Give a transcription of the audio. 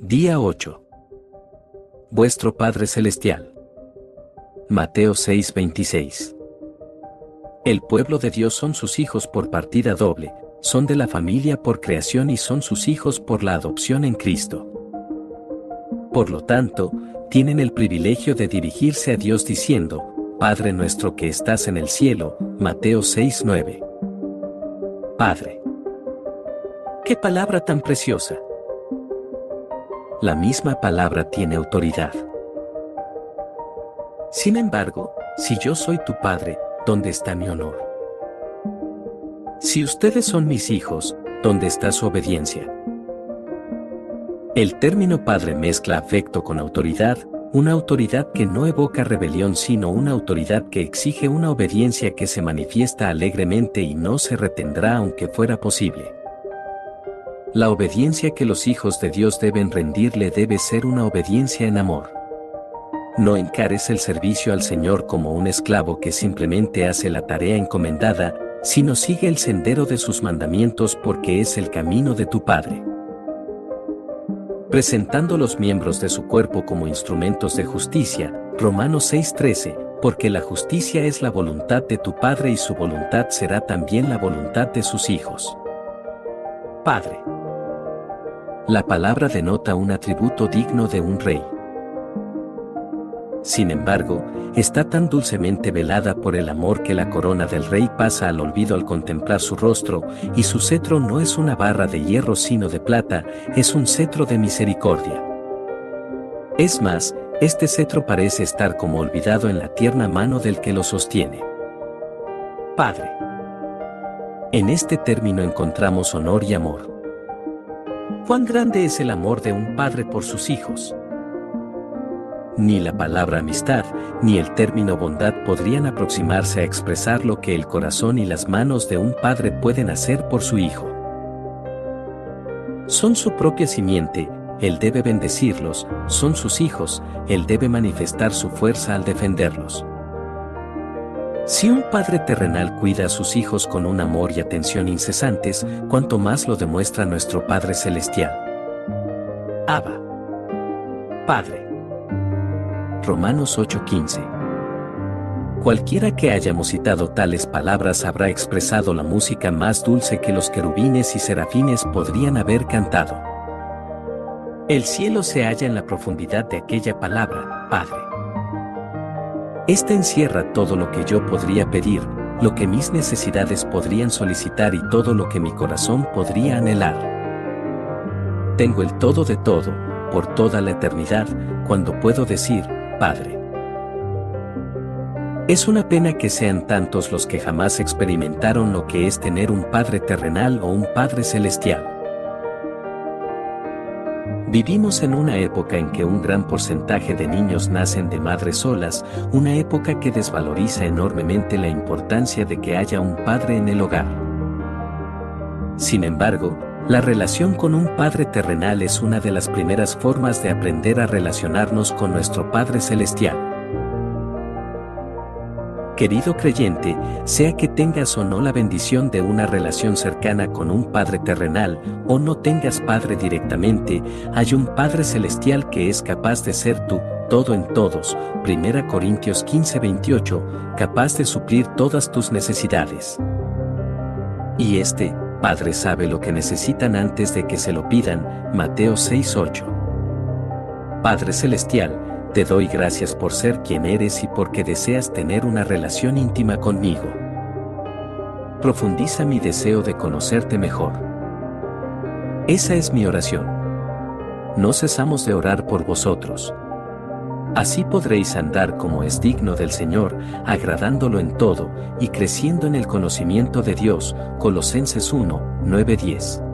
Día 8. Vuestro Padre Celestial. Mateo 6:26. El pueblo de Dios son sus hijos por partida doble, son de la familia por creación y son sus hijos por la adopción en Cristo. Por lo tanto, tienen el privilegio de dirigirse a Dios diciendo, Padre nuestro que estás en el cielo, Mateo 6:9. Padre. ¡Qué palabra tan preciosa! La misma palabra tiene autoridad. Sin embargo, si yo soy tu padre, ¿dónde está mi honor? Si ustedes son mis hijos, ¿dónde está su obediencia? El término padre mezcla afecto con autoridad, una autoridad que no evoca rebelión sino una autoridad que exige una obediencia que se manifiesta alegremente y no se retendrá aunque fuera posible. La obediencia que los hijos de Dios deben rendirle debe ser una obediencia en amor. No encares el servicio al Señor como un esclavo que simplemente hace la tarea encomendada, sino sigue el sendero de sus mandamientos porque es el camino de tu Padre. Presentando los miembros de su cuerpo como instrumentos de justicia, Romanos 6:13, porque la justicia es la voluntad de tu Padre y su voluntad será también la voluntad de sus hijos. Padre. La palabra denota un atributo digno de un rey. Sin embargo, está tan dulcemente velada por el amor que la corona del rey pasa al olvido al contemplar su rostro, y su cetro no es una barra de hierro sino de plata, es un cetro de misericordia. Es más, este cetro parece estar como olvidado en la tierna mano del que lo sostiene. Padre. En este término encontramos honor y amor. ¿Cuán grande es el amor de un padre por sus hijos? Ni la palabra amistad, ni el término bondad podrían aproximarse a expresar lo que el corazón y las manos de un padre pueden hacer por su hijo. Son su propia simiente, él debe bendecirlos, son sus hijos, él debe manifestar su fuerza al defenderlos. Si un padre terrenal cuida a sus hijos con un amor y atención incesantes, cuanto más lo demuestra nuestro Padre Celestial. Abba. Padre. Romanos 8:15. Cualquiera que hayamos citado tales palabras habrá expresado la música más dulce que los querubines y serafines podrían haber cantado. El cielo se halla en la profundidad de aquella palabra, Padre. Esta encierra todo lo que yo podría pedir, lo que mis necesidades podrían solicitar y todo lo que mi corazón podría anhelar. Tengo el todo de todo, por toda la eternidad, cuando puedo decir, Padre. Es una pena que sean tantos los que jamás experimentaron lo que es tener un Padre terrenal o un Padre celestial. Vivimos en una época en que un gran porcentaje de niños nacen de madres solas, una época que desvaloriza enormemente la importancia de que haya un padre en el hogar. Sin embargo, la relación con un Padre terrenal es una de las primeras formas de aprender a relacionarnos con nuestro Padre Celestial. Querido creyente, sea que tengas o no la bendición de una relación cercana con un Padre terrenal, o no tengas Padre directamente, hay un Padre Celestial que es capaz de ser tu todo en todos, 1 Corintios 15:28, capaz de suplir todas tus necesidades. Y este Padre sabe lo que necesitan antes de que se lo pidan, Mateo 6:8. Padre Celestial, te doy gracias por ser quien eres y porque deseas tener una relación íntima conmigo. Profundiza mi deseo de conocerte mejor. Esa es mi oración. No cesamos de orar por vosotros. Así podréis andar como es digno del Señor, agradándolo en todo, y creciendo en el conocimiento de Dios. Colosenses 1:9-10.